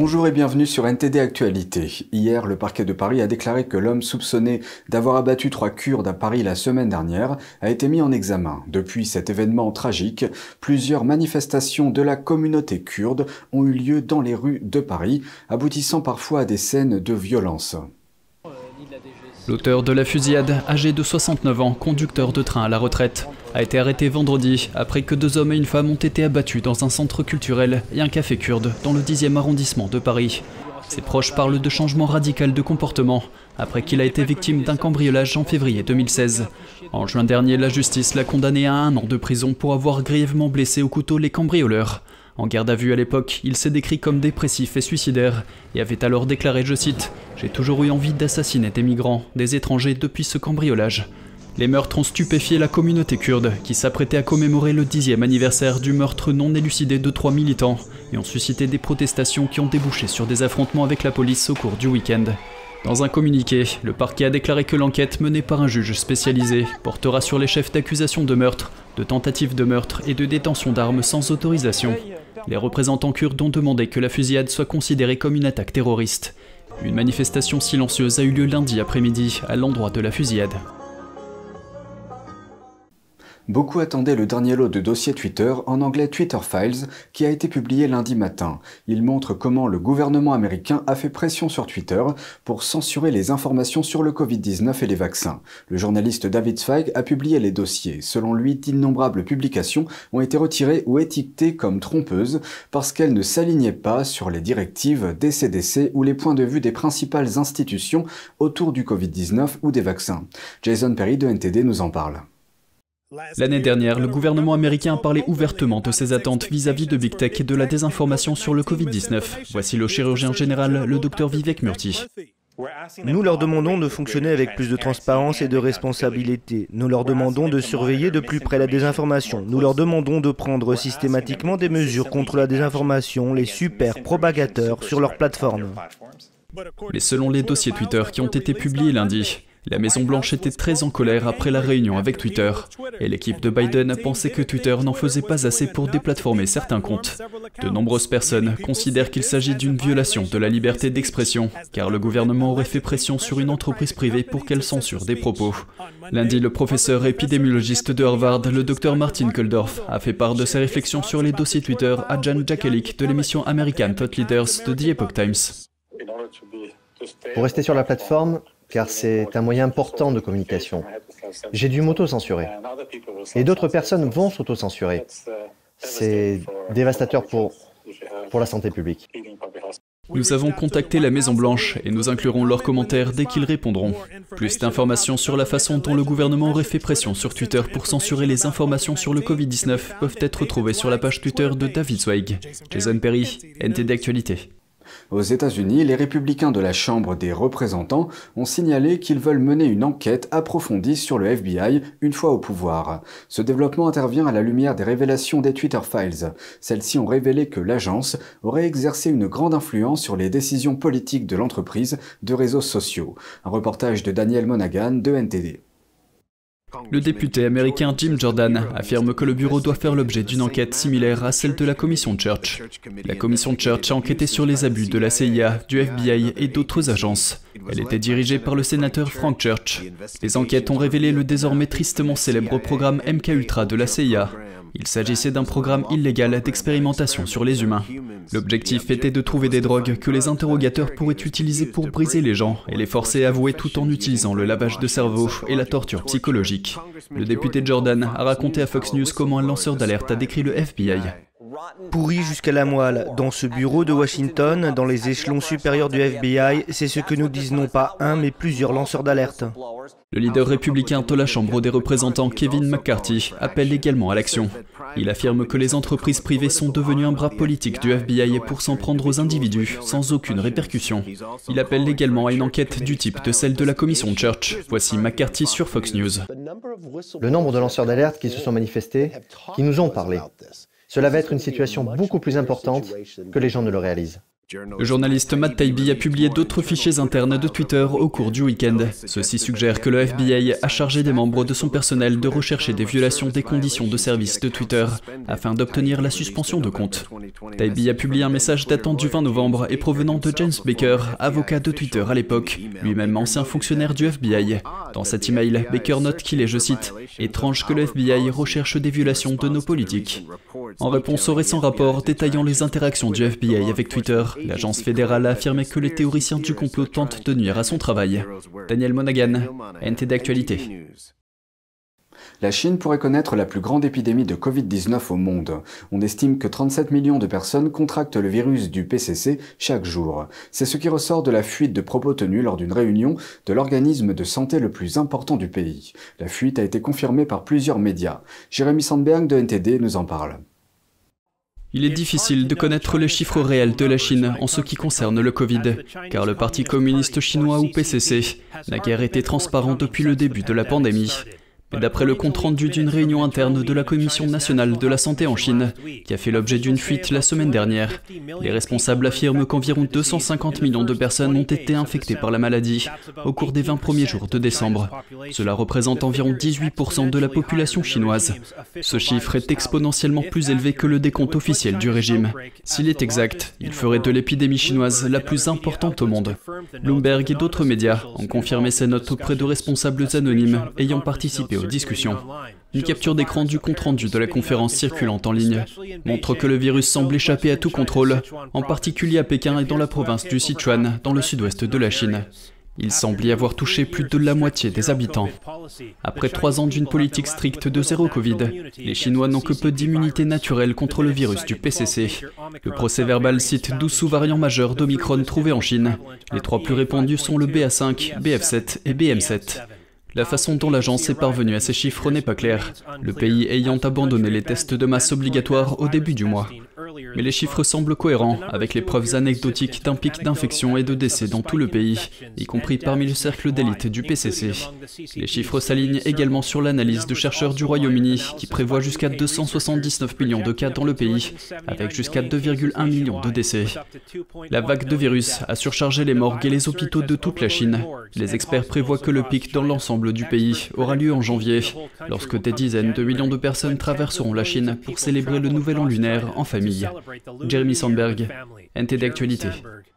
Bonjour et bienvenue sur NTD Actualité. Hier, le parquet de Paris a déclaré que l'homme soupçonné d'avoir abattu 3 Kurdes à Paris la semaine dernière a été mis en examen. Depuis cet événement tragique, plusieurs manifestations de la communauté kurde ont eu lieu dans les rues de Paris, aboutissant parfois à des scènes de violence. L'auteur de la fusillade, âgé de 69 ans, conducteur de train à la retraite, a été arrêté vendredi après que 2 hommes et une femme ont été abattus dans un centre culturel et un café kurde dans le 10e arrondissement de Paris. Ses proches parlent de changement radical de comportement après qu'il a été victime d'un cambriolage en février 2016. En juin dernier, la justice l'a condamné à 1 an de prison pour avoir grièvement blessé au couteau les cambrioleurs. En garde à vue à l'époque, il s'est décrit comme dépressif et suicidaire et avait alors déclaré, je cite, « J'ai toujours eu envie d'assassiner des migrants, des étrangers depuis ce cambriolage ». Les meurtres ont stupéfié la communauté kurde qui s'apprêtait à commémorer le 10e anniversaire du meurtre non élucidé de 3 militants et ont suscité des protestations qui ont débouché sur des affrontements avec la police au cours du week-end. Dans un communiqué, le parquet a déclaré que l'enquête menée par un juge spécialisé portera sur les chefs d'accusation de meurtre, de tentative de meurtre et de détention d'armes sans autorisation. Les représentants kurdes ont demandé que la fusillade soit considérée comme une attaque terroriste. Une manifestation silencieuse a eu lieu lundi après-midi à l'endroit de la fusillade. Beaucoup attendaient le dernier lot de dossiers Twitter, en anglais Twitter Files, qui a été publié lundi matin. Il montre comment le gouvernement américain a fait pression sur Twitter pour censurer les informations sur le Covid-19 et les vaccins. Le journaliste David Zweig a publié les dossiers. Selon lui, d'innombrables publications ont été retirées ou étiquetées comme trompeuses parce qu'elles ne s'alignaient pas sur les directives des CDC ou les points de vue des principales institutions autour du Covid-19 ou des vaccins. Jason Perry de NTD nous en parle. L'année dernière, le gouvernement américain parlait ouvertement de ses attentes vis-à-vis de Big Tech et de la désinformation sur le Covid-19. Voici le chirurgien général, le Dr Vivek Murthy. Nous leur demandons de fonctionner avec plus de transparence et de responsabilité. Nous leur demandons de surveiller de plus près la désinformation. Nous leur demandons de prendre systématiquement des mesures contre la désinformation, les super propagateurs sur leur plateforme. Mais selon les dossiers Twitter qui ont été publiés lundi, la Maison-Blanche était très en colère après la réunion avec Twitter, et l'équipe de Biden pensait que Twitter n'en faisait pas assez pour déplatformer certains comptes. De nombreuses personnes considèrent qu'il s'agit d'une violation de la liberté d'expression, car le gouvernement aurait fait pression sur une entreprise privée pour qu'elle censure des propos. Lundi, le professeur épidémiologiste de Harvard, le Dr Martin Kulldorff, a fait part de ses réflexions sur les dossiers Twitter à Jan Jekielek de l'émission American Thought Leaders de The Epoch Times. Pour rester sur la plateforme, car c'est un moyen important de communication. J'ai dû m'auto-censurer. Et d'autres personnes vont s'auto-censurer. C'est dévastateur pour la santé publique. Nous avons contacté la Maison-Blanche et nous inclurons leurs commentaires dès qu'ils répondront. Plus d'informations sur la façon dont le gouvernement aurait fait pression sur Twitter pour censurer les informations sur le Covid-19 peuvent être trouvées sur la page Twitter de David Zweig. Jason Perry, NTD Actualité. Aux États-Unis, les républicains de la Chambre des représentants ont signalé qu'ils veulent mener une enquête approfondie sur le FBI une fois au pouvoir. Ce développement intervient à la lumière des révélations des Twitter Files. Celles-ci ont révélé que l'agence aurait exercé une grande influence sur les décisions politiques de l'entreprise de réseaux sociaux. Un reportage de Daniel Monaghan de NTD. Le député américain Jim Jordan affirme que le bureau doit faire l'objet d'une enquête similaire à celle de la commission Church. La commission Church a enquêté sur les abus de la CIA, du FBI et d'autres agences. Elle était dirigée par le sénateur Frank Church. Les enquêtes ont révélé le désormais tristement célèbre programme MKUltra de la CIA. Il s'agissait d'un programme illégal d'expérimentation sur les humains. L'objectif était de trouver des drogues que les interrogateurs pourraient utiliser pour briser les gens et les forcer à avouer tout en utilisant le lavage de cerveau et la torture psychologique. Le député Jordan a raconté à Fox News comment un lanceur d'alerte a décrit le FBI. Pourri jusqu'à la moelle. Dans ce bureau de Washington, dans les échelons supérieurs du FBI, c'est ce que nous disent non pas un, mais plusieurs lanceurs d'alerte. Le leader républicain de la Chambre des représentants, Kevin McCarthy, appelle également à l'action. Il affirme que les entreprises privées sont devenues un bras politique du FBI pour s'en prendre aux individus, sans aucune répercussion. Il appelle également à une enquête du type de celle de la commission Church. Voici McCarthy sur Fox News. Le nombre de lanceurs d'alerte qui se sont manifestés, qui nous ont parlé. Cela va être une situation beaucoup plus importante que les gens ne le réalisent. Le journaliste Matt Taibbi a publié d'autres fichiers internes de Twitter au cours du week-end. Ceci suggère que le FBI a chargé des membres de son personnel de rechercher des violations des conditions de service de Twitter afin d'obtenir la suspension de compte. Taibbi a publié un message datant du 20 novembre et provenant de James Baker, avocat de Twitter à l'époque, lui-même ancien fonctionnaire du FBI. Dans cet email, Baker note qu'il est, je cite, « étrange que le FBI recherche des violations de nos politiques ». En réponse au récent rapport détaillant les interactions du FBI avec Twitter, l'agence fédérale a affirmé que les théoriciens du complot tentent de nuire à son travail. Daniel Monaghan, NTD Actualité. La Chine pourrait connaître la plus grande épidémie de Covid-19 au monde. On estime que 37 millions de personnes contractent le virus du PCC chaque jour. C'est ce qui ressort de la fuite de propos tenus lors d'une réunion de l'organisme de santé le plus important du pays. La fuite a été confirmée par plusieurs médias. Jérémy Sandberg de NTD nous en parle. Il est difficile de connaître les chiffres réels de la Chine en ce qui concerne le Covid, car le Parti communiste chinois ou PCC n'a guère été transparent depuis le début de la pandémie. Mais d'après le compte-rendu d'une réunion interne de la Commission nationale de la santé en Chine, qui a fait l'objet d'une fuite la semaine dernière, les responsables affirment qu'environ 250 millions de personnes ont été infectées par la maladie au cours des 20 premiers jours de décembre. Cela représente environ 18% de la population chinoise. Ce chiffre est exponentiellement plus élevé que le décompte officiel du régime. S'il est exact, il ferait de l'épidémie chinoise la plus importante au monde. Bloomberg et d'autres médias ont confirmé ces notes auprès de responsables anonymes ayant participé aux discussions. Une capture d'écran du compte-rendu de la conférence circulante en ligne montre que le virus semble échapper à tout contrôle, en particulier à Pékin et dans la province du Sichuan, dans le sud-ouest de la Chine. Il semble y avoir touché plus de la moitié des habitants. Après 3 ans d'une politique stricte de zéro Covid, les Chinois n'ont que peu d'immunité naturelle contre le virus du PCC. Le procès-verbal cite 12 sous-variants majeurs d'Omicron trouvés en Chine. Les 3 plus répandus sont le BA5, BF7 et BM7. La façon dont l'agence est parvenue à ces chiffres n'est pas claire, le pays ayant abandonné les tests de masse obligatoires au début du mois. Mais les chiffres semblent cohérents avec les preuves anecdotiques d'un pic d'infection et de décès dans tout le pays, y compris parmi le cercle d'élite du PCC. Les chiffres s'alignent également sur l'analyse de chercheurs du Royaume-Uni qui prévoit jusqu'à 279 millions de cas dans le pays, avec jusqu'à 2,1 millions de décès. La vague de virus a surchargé les morgues et les hôpitaux de toute la Chine. Les experts prévoient que le pic dans l'ensemble du pays aura lieu en janvier, lorsque des dizaines de millions de personnes traverseront la Chine pour célébrer le nouvel an lunaire en famille. Jérémy Sandberg, NTD Actualité.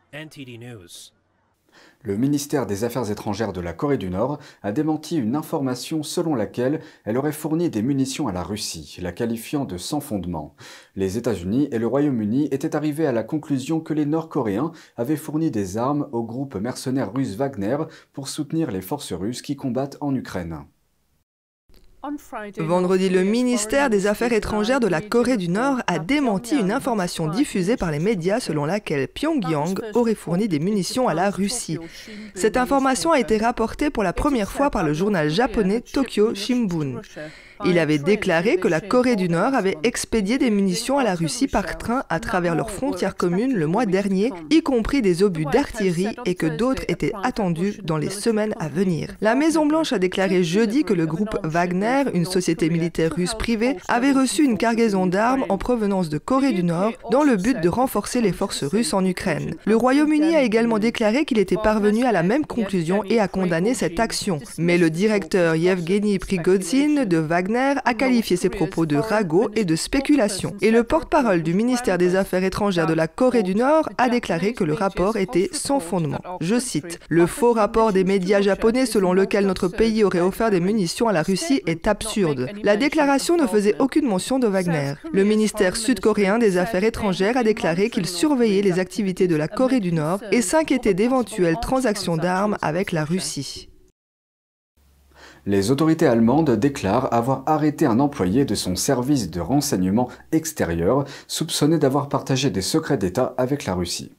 Le ministère des Affaires étrangères de la Corée du Nord a démenti une information selon laquelle elle aurait fourni des munitions à la Russie, la qualifiant de sans fondement. Les États-Unis et le Royaume-Uni étaient arrivés à la conclusion que les Nord-Coréens avaient fourni des armes au groupe mercenaire russe Wagner pour soutenir les forces russes qui combattent en Ukraine. Vendredi, le ministère des Affaires étrangères de la Corée du Nord a démenti une information diffusée par les médias selon laquelle Pyongyang aurait fourni des munitions à la Russie. Cette information a été rapportée pour la première fois par le journal japonais Tokyo Shimbun. Il avait déclaré que la Corée du Nord avait expédié des munitions à la Russie par train à travers leurs frontières communes le mois dernier, y compris des obus d'artillerie, et que d'autres étaient attendus dans les semaines à venir. La Maison-Blanche a déclaré jeudi que le groupe Wagner, une société militaire russe privée, avait reçu une cargaison d'armes en provenance de Corée du Nord dans le but de renforcer les forces russes en Ukraine. Le Royaume-Uni a également déclaré qu'il était parvenu à la même conclusion et a condamné cette action. Mais le directeur Yevgeny Prigozhin de Wagner a qualifié ses propos de ragots et de spéculation. Et le porte-parole du ministère des Affaires étrangères de la Corée du Nord a déclaré que le rapport était sans fondement. Je cite, « Le faux rapport des médias japonais selon lequel notre pays aurait offert des munitions à la Russie est absurde. La déclaration ne faisait aucune mention de Wagner. Le ministère sud-coréen des Affaires étrangères a déclaré qu'il surveillait les activités de la Corée du Nord et s'inquiétait d'éventuelles transactions d'armes avec la Russie. Les autorités allemandes déclarent avoir arrêté un employé de son service de renseignement extérieur soupçonné d'avoir partagé des secrets d'État avec la Russie.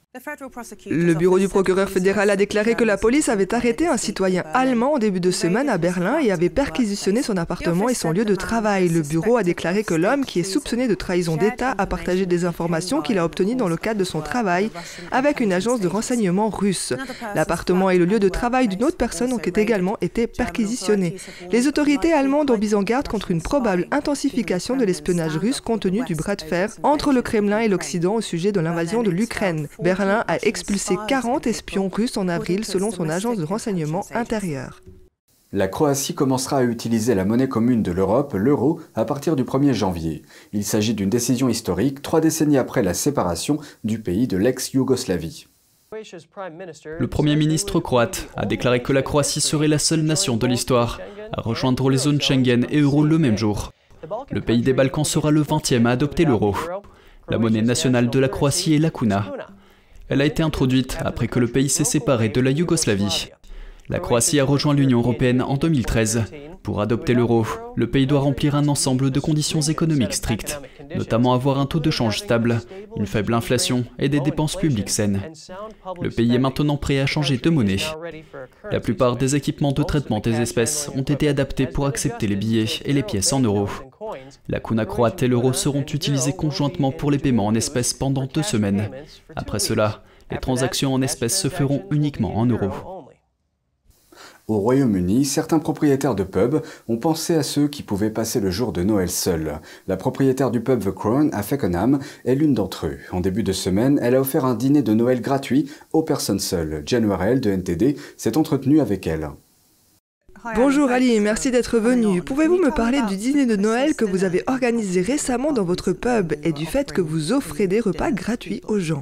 Le bureau du procureur fédéral a déclaré que la police avait arrêté un citoyen allemand en début de semaine à Berlin et avait perquisitionné son appartement et son lieu de travail. Le bureau a déclaré que l'homme, qui est soupçonné de trahison d'État, a partagé des informations qu'il a obtenues dans le cadre de son travail avec une agence de renseignement russe. L'appartement et le lieu de travail d'une autre personne ont également été perquisitionnés. Les autorités allemandes ont mis en garde contre une probable intensification de l'espionnage russe compte tenu du bras de fer entre le Kremlin et l'Occident au sujet de l'invasion de l'Ukraine. Berlin a expulsé 40 espions russes en avril selon son agence de renseignement intérieur. La Croatie commencera à utiliser la monnaie commune de l'Europe, l'euro, à partir du 1er janvier. Il s'agit d'une décision historique, 3 décennies après la séparation du pays de l'ex-Yougoslavie. Le Premier ministre croate a déclaré que la Croatie serait la seule nation de l'histoire à rejoindre les zones Schengen et euro le même jour. Le pays des Balkans sera le 20e à adopter l'euro. La monnaie nationale de la Croatie est la kuna. Elle a été introduite après que le pays s'est séparé de la Yougoslavie. La Croatie a rejoint l'Union européenne en 2013. Pour adopter l'euro, le pays doit remplir un ensemble de conditions économiques strictes, notamment avoir un taux de change stable, une faible inflation et des dépenses publiques saines. Le pays est maintenant prêt à changer de monnaie. La plupart des équipements de traitement des espèces ont été adaptés pour accepter les billets et les pièces en euros. La kuna croate et l'euro seront utilisés conjointement pour les paiements en espèces pendant 2 semaines. Après cela, les transactions en espèces se feront uniquement en euros. Au Royaume-Uni, certains propriétaires de pubs ont pensé à ceux qui pouvaient passer le jour de Noël seuls. La propriétaire du pub The Crown à Feckenham est l'une d'entre eux. En début de semaine, elle a offert un dîner de Noël gratuit aux personnes seules. Jen Warrell de NTD s'est entretenue avec elle. Bonjour Ali, merci d'être venu. Pouvez-vous me parler du dîner de Noël que vous avez organisé récemment dans votre pub et du fait que vous offrez des repas gratuits aux gens?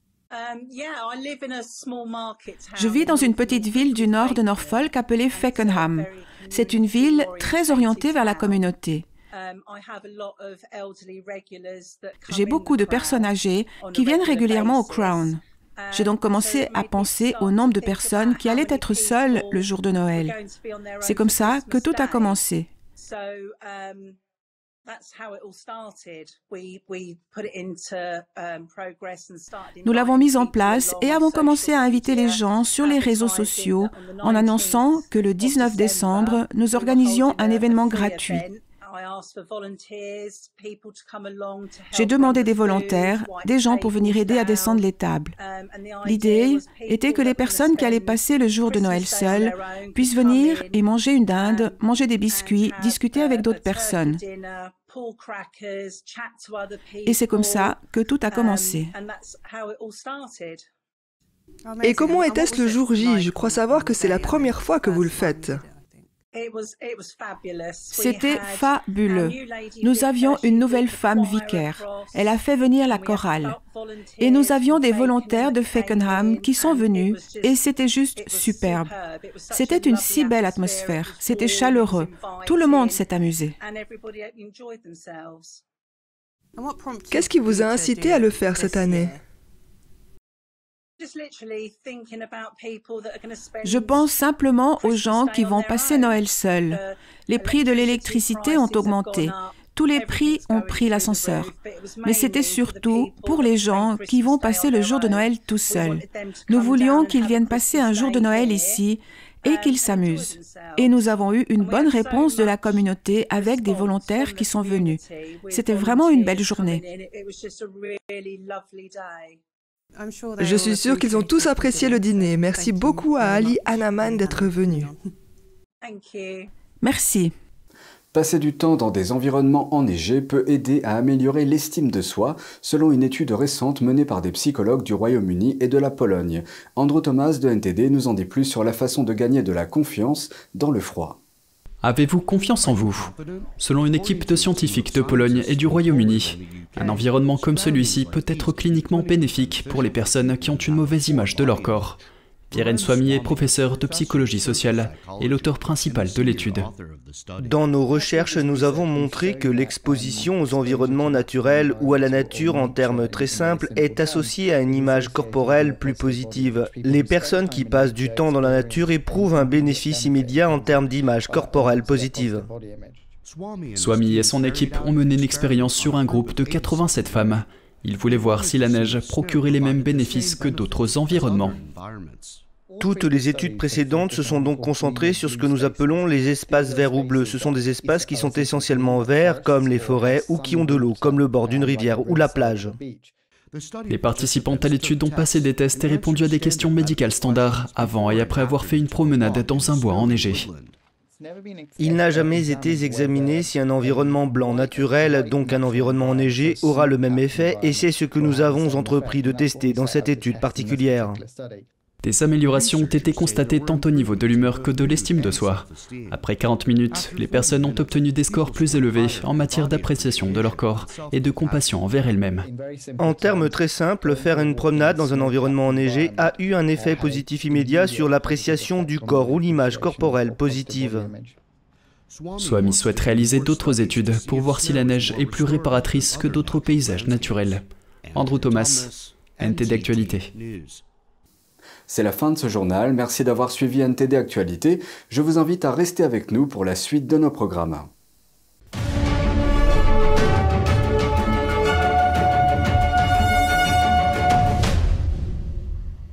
Je vis dans une petite ville du nord de Norfolk appelée Feckenham. C'est une ville très orientée vers la communauté. J'ai beaucoup de personnes âgées qui viennent régulièrement au Crown. J'ai donc commencé à penser au nombre de personnes qui allaient être seules le jour de Noël. C'est comme ça que tout a commencé. Nous l'avons mise en place et avons commencé à inviter les gens sur les réseaux sociaux en annonçant que le 19 décembre, nous organisions un événement gratuit. J'ai demandé des volontaires, des gens pour venir aider à descendre les tables. L'idée était que les personnes qui allaient passer le jour de Noël seules puissent venir et manger une dinde, manger des biscuits, discuter avec d'autres personnes. Et c'est comme ça que tout a commencé. Et comment était-ce le jour J? Je crois savoir que c'est la première fois que vous le faites. C'était fabuleux. Nous avions une nouvelle femme vicaire. Elle a fait venir la chorale. Et nous avions des volontaires de Feckenham qui sont venus et c'était juste superbe. C'était une si belle atmosphère. C'était chaleureux. Tout le monde s'est amusé. Qu'est-ce qui vous a incité à le faire cette année? Je pense simplement aux gens qui vont passer Noël seuls. Les prix de l'électricité ont augmenté. Tous les prix ont pris l'ascenseur. Mais c'était surtout pour les gens qui vont passer le jour de Noël tout seuls. Nous voulions qu'ils viennent passer un jour de Noël ici et qu'ils s'amusent. Et nous avons eu une bonne réponse de la communauté avec des volontaires qui sont venus. C'était vraiment une belle journée. Je suis sûre qu'ils ont tous apprécié le dîner. Merci beaucoup à Ali Hannaman d'être venu. Merci. Passer du temps dans des environnements enneigés peut aider à améliorer l'estime de soi, selon une étude récente menée par des psychologues du Royaume-Uni et de la Pologne. Andrew Thomas de NTD nous en dit plus sur la façon de gagner de la confiance dans le froid. Avez-vous confiance en vous? Selon une équipe de scientifiques de Pologne et du Royaume-Uni, un environnement comme celui-ci peut être cliniquement bénéfique pour les personnes qui ont une mauvaise image de leur corps. Pierre Nswami est professeur de psychologie sociale et l'auteur principal de l'étude. Dans nos recherches, nous avons montré que l'exposition aux environnements naturels ou à la nature, en termes très simples, est associée à une image corporelle plus positive. Les personnes qui passent du temps dans la nature éprouvent un bénéfice immédiat en termes d'image corporelle positive. Swami et son équipe ont mené une expérience sur un groupe de 87 femmes. Ils voulaient voir si la neige procurait les mêmes bénéfices que d'autres environnements. Toutes les études précédentes se sont donc concentrées sur ce que nous appelons les espaces verts ou bleus. Ce sont des espaces qui sont essentiellement verts, comme les forêts, ou qui ont de l'eau, comme le bord d'une rivière ou la plage. Les participants à l'étude ont passé des tests et répondu à des questions médicales standards, avant et après avoir fait une promenade dans un bois enneigé. Il n'a jamais été examiné si un environnement blanc naturel, donc un environnement enneigé, aura le même effet, et c'est ce que nous avons entrepris de tester dans cette étude particulière. Des améliorations ont été constatées tant au niveau de l'humeur que de l'estime de soi. Après 40 minutes, les personnes ont obtenu des scores plus élevés en matière d'appréciation de leur corps et de compassion envers elles-mêmes. En termes très simples, faire une promenade dans un environnement enneigé a eu un effet positif immédiat sur l'appréciation du corps ou l'image corporelle positive. Swami souhaite réaliser d'autres études pour voir si la neige est plus réparatrice que d'autres paysages naturels. Andrew Thomas, NTD Actualité. C'est la fin de ce journal, merci d'avoir suivi NTD Actualité. Je vous invite à rester avec nous pour la suite de nos programmes.